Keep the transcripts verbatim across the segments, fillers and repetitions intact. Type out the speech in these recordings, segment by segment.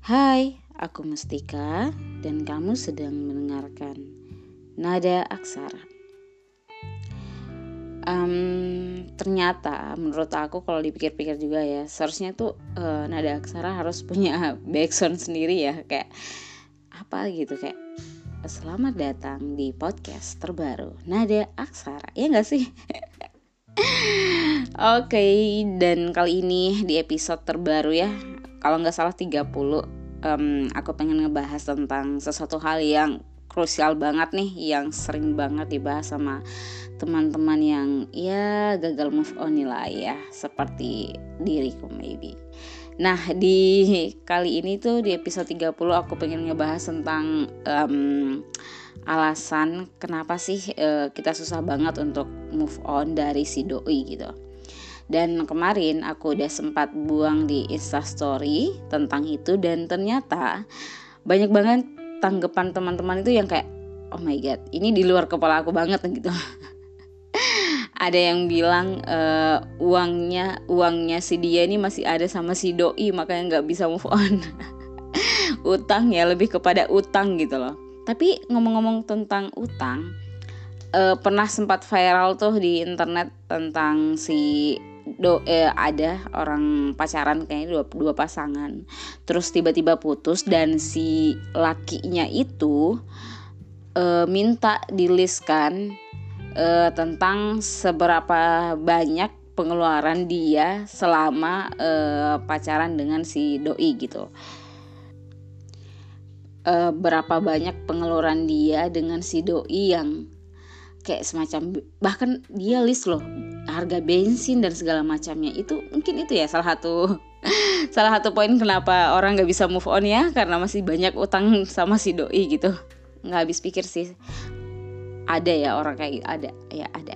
Hai, aku Mustika dan kamu sedang mendengarkan Nada Aksara. Um, ternyata menurut aku kalau dipikir-pikir juga ya, seharusnya tuh uh, Nada Aksara harus punya backsound sendiri ya, kayak apa gitu, kayak selamat datang di podcast terbaru Nada Aksara, ya nggak sih? Oke, okay, dan kali ini di episode terbaru ya, kalau nggak salah tiga puluh, um, aku pengen ngebahas tentang sesuatu hal yang krusial banget nih, yang sering banget dibahas sama teman-teman yang ya gagal move on lah ya, seperti diriku maybe. Nah, di kali ini tuh di episode tiga puluh aku pengen ngebahas tentang um, alasan kenapa sih uh, kita susah banget untuk move on dari si doi gitu. Dan kemarin aku udah sempat buang di Instastory tentang itu, dan ternyata banyak banget tanggapan teman-teman itu yang kayak, oh my god, ini di luar kepala aku banget gitu. Ada yang bilang uh, uangnya uangnya si dia ini masih ada sama si doi, makanya nggak bisa move on. Utang ya, lebih kepada utang gitu loh. Tapi ngomong-ngomong tentang utang, uh, pernah sempat viral tuh di internet tentang si do eh, ada orang pacaran kayaknya dua, dua pasangan, terus tiba-tiba putus dan si lakinya itu eh, minta diliskan eh, tentang seberapa banyak pengeluaran dia selama eh, pacaran dengan si doi gitu. Eh, berapa banyak pengeluaran dia dengan si doi yang kayak semacam, bahkan dia list loh harga bensin dan segala macamnya. Itu mungkin itu ya salah satu salah satu poin kenapa orang nggak bisa move on ya, karena masih banyak utang sama si doi gitu. Nggak habis pikir sih, ada ya orang kayak gitu, ada ya ada.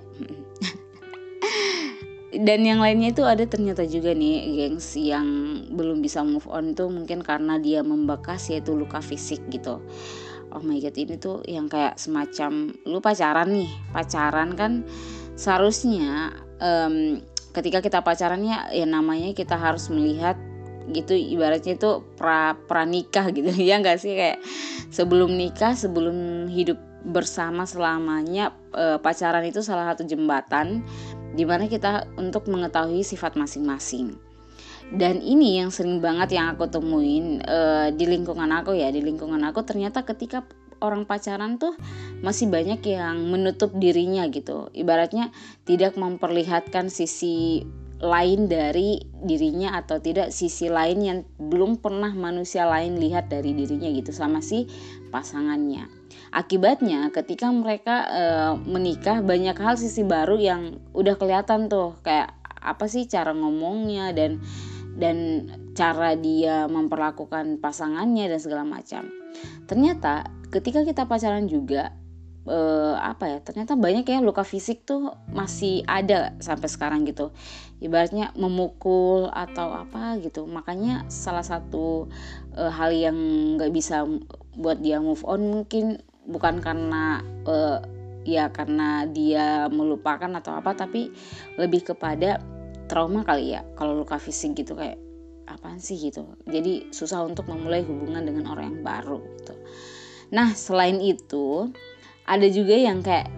Dan yang lainnya itu ada ternyata juga nih gengs, yang belum bisa move on tuh mungkin karena dia membekas, yaitu luka fisik gitu. Oh my god, ini tuh yang kayak semacam lu pacaran nih, pacaran kan seharusnya um, ketika kita pacarannya ya namanya kita harus melihat gitu, ibaratnya itu pra pranikah gitu ya nggak sih, kayak sebelum nikah, sebelum hidup bersama selamanya, e, pacaran itu salah satu jembatan dimana kita untuk mengetahui sifat masing-masing. Dan ini yang sering banget yang aku temuin uh, di lingkungan aku ya, di lingkungan aku ternyata ketika orang pacaran tuh masih banyak yang menutup dirinya gitu. Ibaratnya tidak memperlihatkan sisi lain dari dirinya, atau tidak sisi lain yang belum pernah manusia lain lihat dari dirinya gitu sama si pasangannya. Akibatnya ketika mereka uh, menikah, banyak hal sisi baru yang udah kelihatan tuh, kayak apa sih cara ngomongnya dan dan cara dia memperlakukan pasangannya dan segala macam. Ternyata ketika kita pacaran juga eh, apa ya, ternyata banyak ya luka fisik tuh masih ada sampai sekarang gitu. Ibaratnya memukul atau apa gitu. Makanya salah satu eh, hal yang nggak bisa buat dia move on mungkin bukan karena eh, ya karena dia melupakan atau apa, tapi lebih kepada trauma kali ya. Kalau luka fisik gitu kayak apaan sih gitu, jadi susah untuk memulai hubungan dengan orang yang baru gitu. Nah selain itu ada juga yang kayak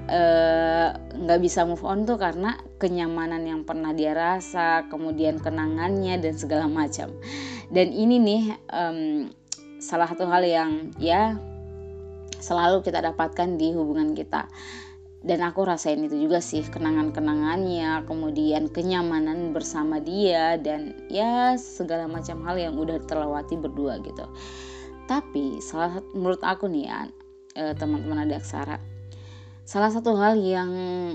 nggak e, bisa move on tuh karena kenyamanan yang pernah dia rasa, kemudian kenangannya dan segala macam. Dan ini nih um, salah satu hal yang ya selalu kita dapatkan di hubungan kita. Dan aku rasain itu juga sih, kenangan-kenangannya, kemudian kenyamanan bersama dia, dan ya segala macam hal yang udah terlewati berdua gitu. Tapi salah satu, menurut aku nih ya eh, teman-teman Nada Aksara, salah satu hal yang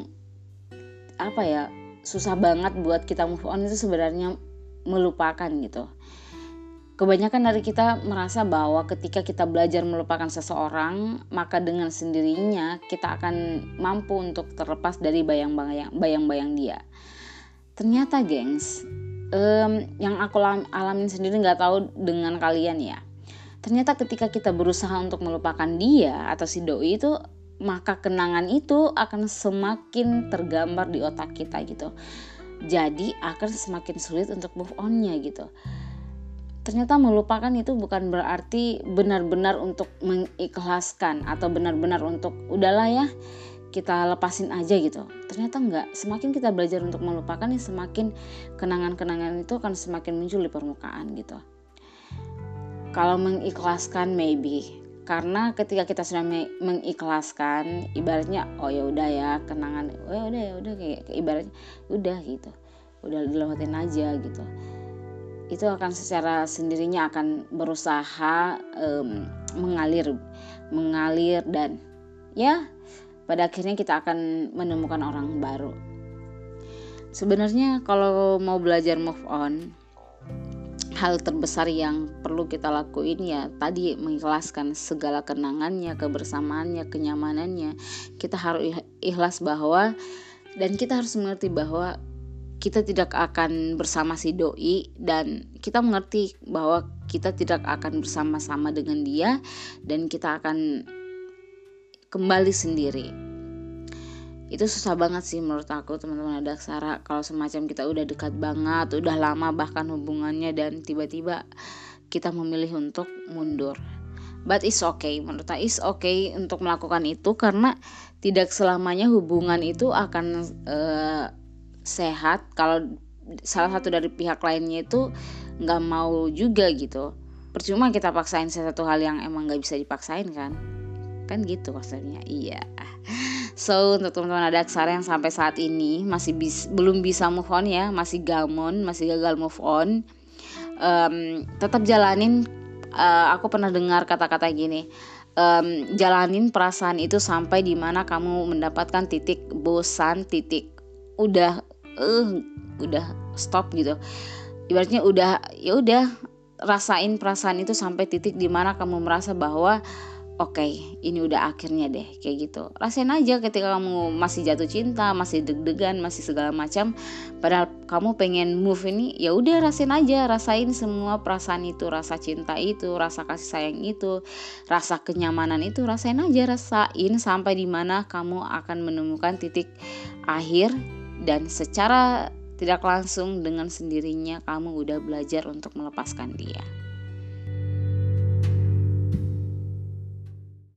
apa ya susah banget buat kita move on itu sebenarnya melupakan gitu. Kebanyakan dari kita merasa bahwa ketika kita belajar melupakan seseorang, maka dengan sendirinya kita akan mampu untuk terlepas dari bayang-bayang bayang-bayang dia. Ternyata gengs, um, yang aku alamin sendiri, nggak tahu dengan kalian ya. Ternyata ketika kita berusaha untuk melupakan dia atau si doi itu, maka kenangan itu akan semakin tergambar di otak kita gitu. Jadi akan semakin sulit untuk move on-nya gitu. ternyata melupakan itu bukan berarti benar-benar untuk mengikhlaskan atau benar-benar untuk udahlah ya kita lepasin aja gitu. Ternyata enggak. Semakin kita belajar untuk melupakan, ya semakin kenangan-kenangan itu akan semakin muncul di permukaan gitu. Kalau mengikhlaskan maybe, karena ketika kita sudah mengikhlaskan, ibaratnya oh ya udah ya kenangan, oh ya udah ya udah kayak ibaratnya udah gitu, udah dilewatin aja gitu. Itu akan secara sendirinya akan berusaha um, mengalir, mengalir dan ya pada akhirnya kita akan menemukan orang baru. Sebenarnya kalau mau belajar move on, hal terbesar yang perlu kita lakuin ya tadi mengikhlaskan segala kenangannya, kebersamaannya, kenyamanannya. Kita harus ikhlas bahwa dan kita harus mengerti bahwa kita tidak akan bersama si doi dan kita mengerti bahwa kita tidak akan bersama-sama dengan dia dan kita akan kembali sendiri. Itu susah banget sih menurut aku teman-teman Adaksara, kalau semacam kita udah dekat banget, udah lama bahkan hubungannya dan tiba-tiba kita memilih untuk mundur. But it's okay, menurut aku it's okay untuk melakukan itu karena tidak selamanya hubungan itu akan uh, sehat kalau salah satu dari pihak lainnya itu nggak mau juga gitu. Percuma kita paksain sesuatu hal yang emang nggak bisa dipaksain kan, kan gitu maksudnya. Iya. So untuk teman-teman Adaksara yang sampai saat ini masih bis, belum bisa move on ya, masih gamon, masih gagal move on, um, tetap jalanin. Uh, aku pernah dengar kata-kata gini, um, jalanin perasaan itu sampai dimana kamu mendapatkan titik bosan, titik udah uh, udah stop gitu. Ibaratnya udah ya udah rasain perasaan itu sampai titik dimana kamu merasa bahwa oke, okay, ini udah akhirnya deh kayak gitu. Rasain aja ketika kamu masih jatuh cinta, masih deg-degan, masih segala macam. Padahal kamu pengen move ini, ya udah rasain aja, rasain semua perasaan itu, rasa cinta itu, rasa kasih sayang itu, rasa kenyamanan itu, rasain aja, rasain sampai dimana kamu akan menemukan titik akhir dan secara tidak langsung dengan sendirinya kamu udah belajar untuk melepaskan dia.